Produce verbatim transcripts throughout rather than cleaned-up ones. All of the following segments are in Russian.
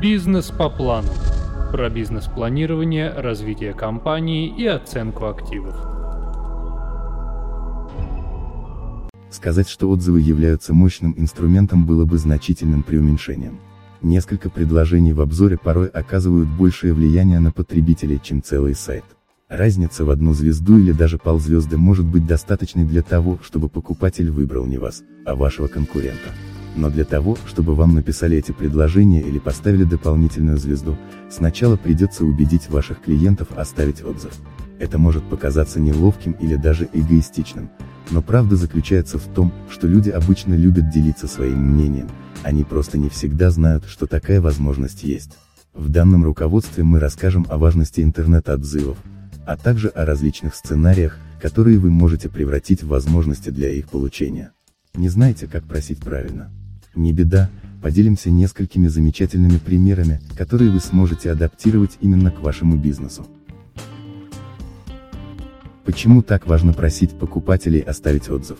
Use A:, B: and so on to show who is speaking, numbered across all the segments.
A: Бизнес по плану. Про бизнес-планирование, развитие компании и оценку активов.
B: Сказать, что отзывы являются мощным инструментом, было бы значительным преуменьшением. Несколько предложений в обзоре порой оказывают большее влияние на потребителей, чем целый сайт. Разница в одну звезду или даже ползвезды может быть достаточной для того, чтобы покупатель выбрал не вас, а вашего конкурента. Но для того, чтобы вам написали эти предложения или поставили дополнительную звезду, сначала придется убедить ваших клиентов оставить отзыв. Это может показаться неловким или даже эгоистичным, но правда заключается в том, что люди обычно любят делиться своим мнением, они просто не всегда знают, что такая возможность есть. В данном руководстве мы расскажем о важности интернет-отзывов, а также о различных сценариях, которые вы можете превратить в возможности для их получения. Не знаете, как просить правильно? Не беда, поделимся несколькими замечательными примерами, которые вы сможете адаптировать именно к вашему бизнесу. Почему так важно просить покупателей оставить отзыв?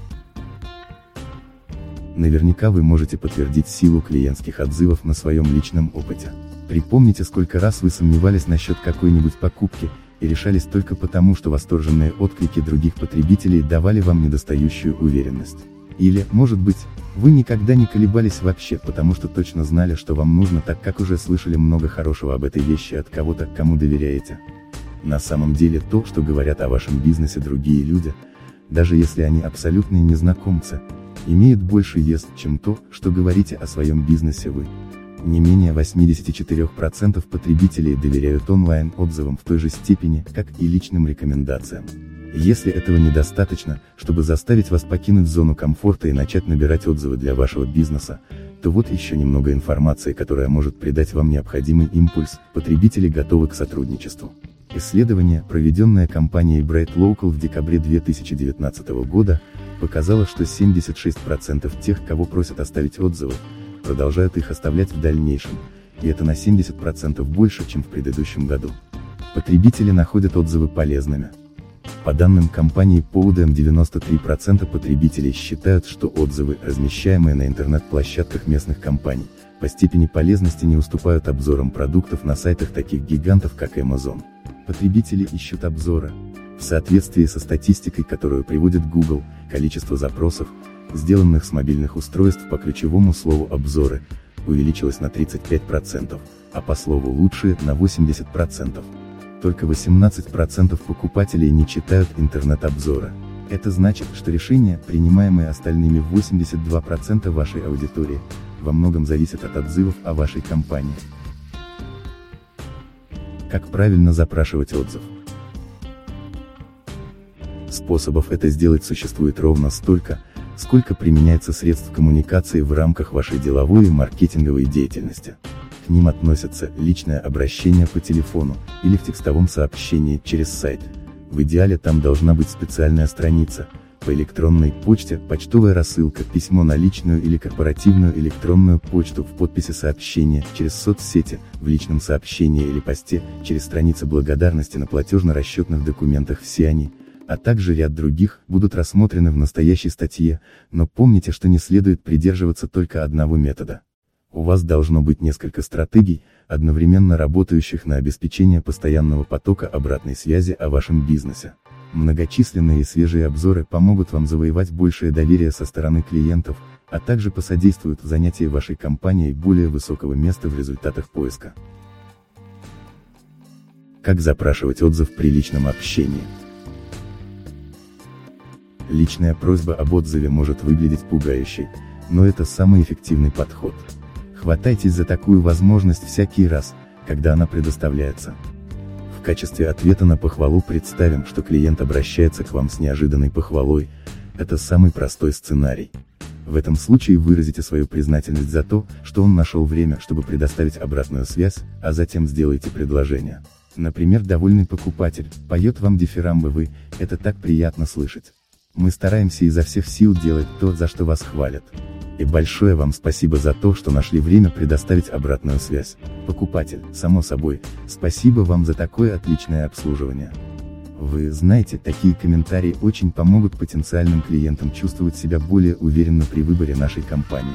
B: Наверняка вы можете подтвердить силу клиентских отзывов на своем личном опыте. Припомните, сколько раз вы сомневались насчет какой-нибудь покупки, и решались только потому, что восторженные отклики других потребителей давали вам недостающую уверенность. Или, может быть, вы никогда не колебались вообще, потому что точно знали, что вам нужно, так как уже слышали много хорошего об этой вещи от кого-то, кому доверяете. На самом деле то, что говорят о вашем бизнесе другие люди, даже если они абсолютные незнакомцы, имеет больше вес, чем то, что говорите о своем бизнесе вы. Не менее восемьдесят четыре процента потребителей доверяют онлайн-отзывам в той же степени, как и личным рекомендациям. Если этого недостаточно, чтобы заставить вас покинуть зону комфорта и начать набирать отзывы для вашего бизнеса, то вот еще немного информации, которая может придать вам необходимый импульс. Потребители готовы к сотрудничеству. Исследование, проведенное компанией Bright Local в декабре две тысячи девятнадцатого года, показало, что семьдесят шесть процентов тех, кого просят оставить отзывы, продолжают их оставлять в дальнейшем, и это на семьдесят процентов больше, чем в предыдущем году. Потребители находят отзывы полезными. По данным компании Podium, девяносто три процента потребителей считают, что отзывы, размещаемые на интернет-площадках местных компаний, по степени полезности не уступают обзорам продуктов на сайтах таких гигантов, как Amazon. Потребители ищут обзоры. В соответствии со статистикой, которую приводит Google, количество запросов, сделанных с мобильных устройств по ключевому слову «обзоры», увеличилось на тридцать пять процентов, а по слову «лучшие» на восемьдесят процентов. Только восемнадцать процентов покупателей не читают интернет-обзоры. Это значит, что решения, принимаемые остальными восемьдесят два процента вашей аудитории, во многом зависят от отзывов о вашей компании. Как правильно запрашивать отзыв? Способов это сделать существует ровно столько, сколько применяется средств коммуникации в рамках вашей деловой и маркетинговой деятельности. К ним относятся личное обращение по телефону, или в текстовом сообщении через сайт. В идеале там должна быть специальная страница, по электронной почте, почтовая рассылка, письмо на личную или корпоративную электронную почту, в подписи сообщения, через соцсети, в личном сообщении или посте, через страницы благодарности на платежно-расчетных документах. Все они, а также ряд других, будут рассмотрены в настоящей статье, но помните, что не следует придерживаться только одного метода. У вас должно быть несколько стратегий, одновременно работающих на обеспечение постоянного потока обратной связи о вашем бизнесе. Многочисленные и свежие обзоры помогут вам завоевать большее доверие со стороны клиентов, а также посодействуют занятии вашей компанией более высокого места в результатах поиска. Как запрашивать отзыв при личном общении? Личная просьба об отзыве может выглядеть пугающей, но это самый эффективный подход. Хватайтесь за такую возможность всякий раз, когда она предоставляется. В качестве ответа на похвалу представим, что клиент обращается к вам с неожиданной похвалой. Это самый простой сценарий. В этом случае выразите свою признательность за то, что он нашел время, чтобы предоставить обратную связь, а затем сделайте предложение. Например, довольный покупатель поет вам дифирамбы «Вы, это так приятно слышать. Мы стараемся изо всех сил делать то, за что вас хвалят. И большое вам спасибо за то, что нашли время предоставить обратную связь. Покупатель, само собой, спасибо вам за такое отличное обслуживание. Вы знаете, такие комментарии очень помогут потенциальным клиентам чувствовать себя более уверенно при выборе нашей компании.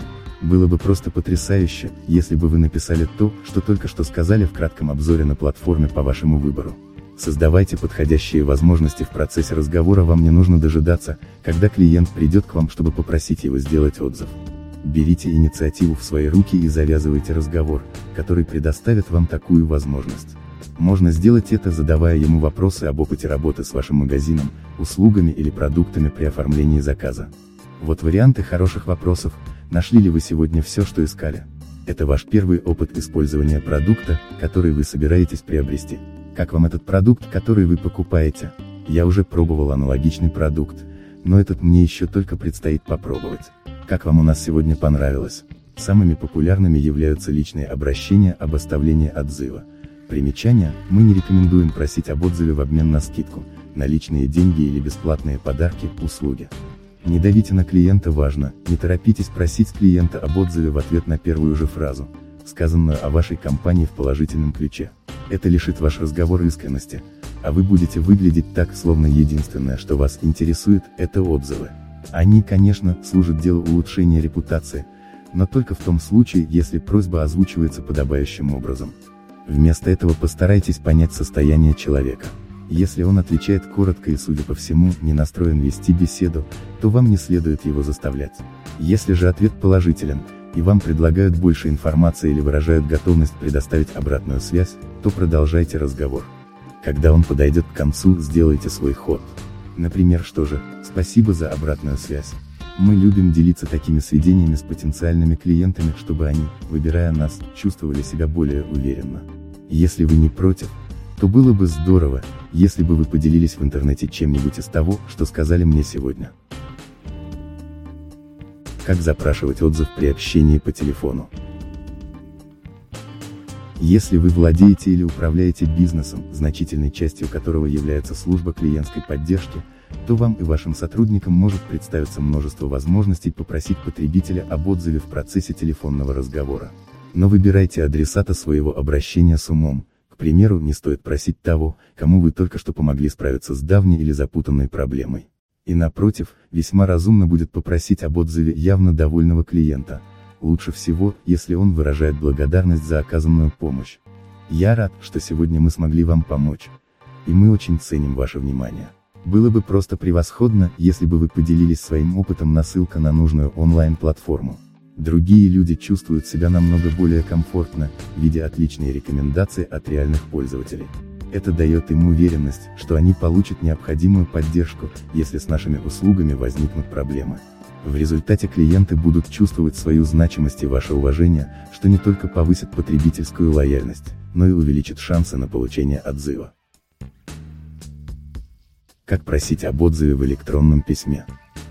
B: Было бы просто потрясающе, если бы вы написали то, что только что сказали в кратком обзоре на платформе по вашему выбору. Создавайте подходящие возможности в процессе разговора, вам не нужно дожидаться, когда клиент придет к вам, чтобы попросить его сделать отзыв. Берите инициативу в свои руки и завязывайте разговор, который предоставит вам такую возможность. Можно сделать это, задавая ему вопросы об опыте работы с вашим магазином, услугами или продуктами при оформлении заказа. Вот варианты хороших вопросов. Нашли ли вы сегодня все, что искали? Это ваш первый опыт использования продукта, который вы собираетесь приобрести. Как вам этот продукт, который вы покупаете? Я уже пробовал аналогичный продукт, но этот мне еще только предстоит попробовать. Как вам у нас сегодня понравилось? Самыми популярными являются личные обращения об оставлении отзыва. Примечание: мы не рекомендуем просить об отзыве в обмен на скидку, наличные деньги или бесплатные подарки, услуги. Не давите на клиента, важно, не торопитесь просить клиента об отзыве в ответ на первую же фразу, сказанную о вашей компании в положительном ключе. Это лишит ваш разговор искренности, а вы будете выглядеть так, словно единственное, что вас интересует, это отзывы. Они, конечно, служат делу улучшения репутации, но только в том случае, если просьба озвучивается подобающим образом. Вместо этого постарайтесь понять состояние человека. Если он отвечает коротко и, судя по всему, не настроен вести беседу, то вам не следует его заставлять. Если же ответ положителен, и вам предлагают больше информации или выражают готовность предоставить обратную связь, то продолжайте разговор. Когда он подойдет к концу, сделайте свой ход. Например, что же, спасибо за обратную связь. Мы любим делиться такими сведениями с потенциальными клиентами, чтобы они, выбирая нас, чувствовали себя более уверенно. Если вы не против, то было бы здорово, если бы вы поделились в интернете чем-нибудь из того, что сказали мне сегодня. Как запрашивать отзыв при общении по телефону? Если вы владеете или управляете бизнесом, значительной частью которого является служба клиентской поддержки, то вам и вашим сотрудникам может представиться множество возможностей попросить потребителя об отзыве в процессе телефонного разговора. Но выбирайте адресата своего обращения с умом. К примеру, не стоит просить того, кому вы только что помогли справиться с давней или запутанной проблемой. И напротив, весьма разумно будет попросить об отзыве явно довольного клиента. Лучше всего, если он выражает благодарность за оказанную помощь. Я рад, что сегодня мы смогли вам помочь. И мы очень ценим ваше внимание. Было бы просто превосходно, если бы вы поделились своим опытом, ссылка на нужную онлайн-платформу. Другие люди чувствуют себя намного более комфортно, видя отличные рекомендации от реальных пользователей. Это дает им уверенность, что они получат необходимую поддержку, если с нашими услугами возникнут проблемы. В результате клиенты будут чувствовать свою значимость и ваше уважение, что не только повысит потребительскую лояльность, но и увеличит шансы на получение отзыва. Как просить об отзыве в электронном письме?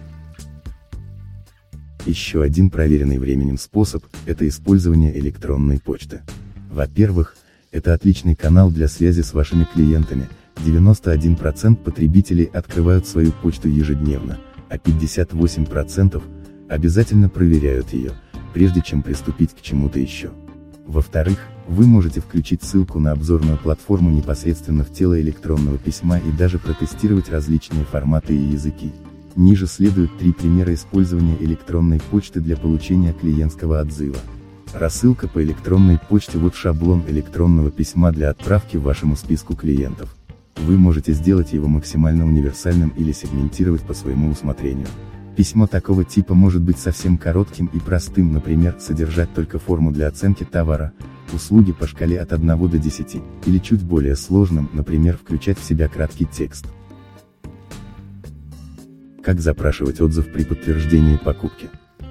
B: Еще один проверенный временем способ – это использование электронной почты. Во-первых, это отличный канал для связи с вашими клиентами, девяносто один процент потребителей открывают свою почту ежедневно, а пятьдесят восемь процентов обязательно проверяют ее, прежде чем приступить к чему-то еще. Во-вторых, вы можете включить ссылку на обзорную платформу непосредственно в тело электронного письма и даже протестировать различные форматы и языки. Ниже следуют три примера использования электронной почты для получения клиентского отзыва. Рассылка по электронной почте. Вот шаблон электронного письма для отправки вашему списку клиентов. Вы можете сделать его максимально универсальным или сегментировать по своему усмотрению. Письмо такого типа может быть совсем коротким и простым, например, содержать только форму для оценки товара, услуги по шкале от одного до десяти, или чуть более сложным, например, включать в себя краткий текст. Как запрашивать отзыв при подтверждении покупки?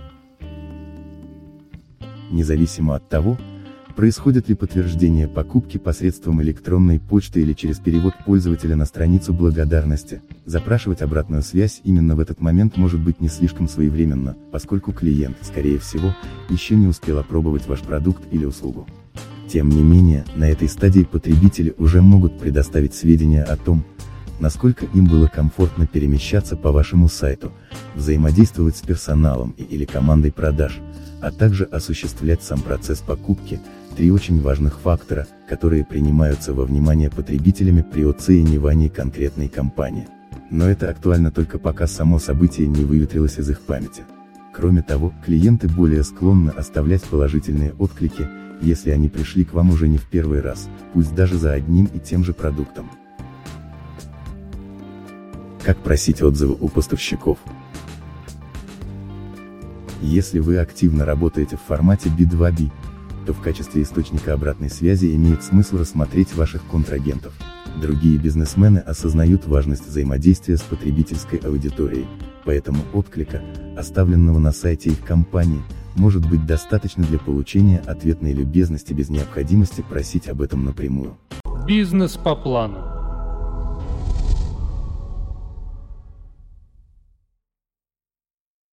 B: Независимо от того, происходит ли подтверждение покупки посредством электронной почты или через перевод пользователя на страницу благодарности, запрашивать обратную связь именно в этот момент может быть не слишком своевременно, поскольку клиент, скорее всего, еще не успел опробовать ваш продукт или услугу. Тем не менее, на этой стадии потребители уже могут предоставить сведения о том, насколько им было комфортно перемещаться по вашему сайту, взаимодействовать с персоналом и или командой продаж, а также осуществлять сам процесс покупки, три очень важных фактора, которые принимаются во внимание потребителями при оценивании конкретной компании. Но это актуально только пока само событие не выветрилось из их памяти. Кроме того, клиенты более склонны оставлять положительные отклики, если они пришли к вам уже не в первый раз, пусть даже за одним и тем же продуктом. Как просить отзывы у поставщиков? Если вы активно работаете в формате би два би, то в качестве источника обратной связи имеет смысл рассмотреть ваших контрагентов. Другие бизнесмены осознают важность взаимодействия с потребительской аудиторией, поэтому отклика, оставленного на сайте их компании, может быть достаточно для получения ответной любезности без необходимости просить об этом напрямую.
A: Бизнес по плану.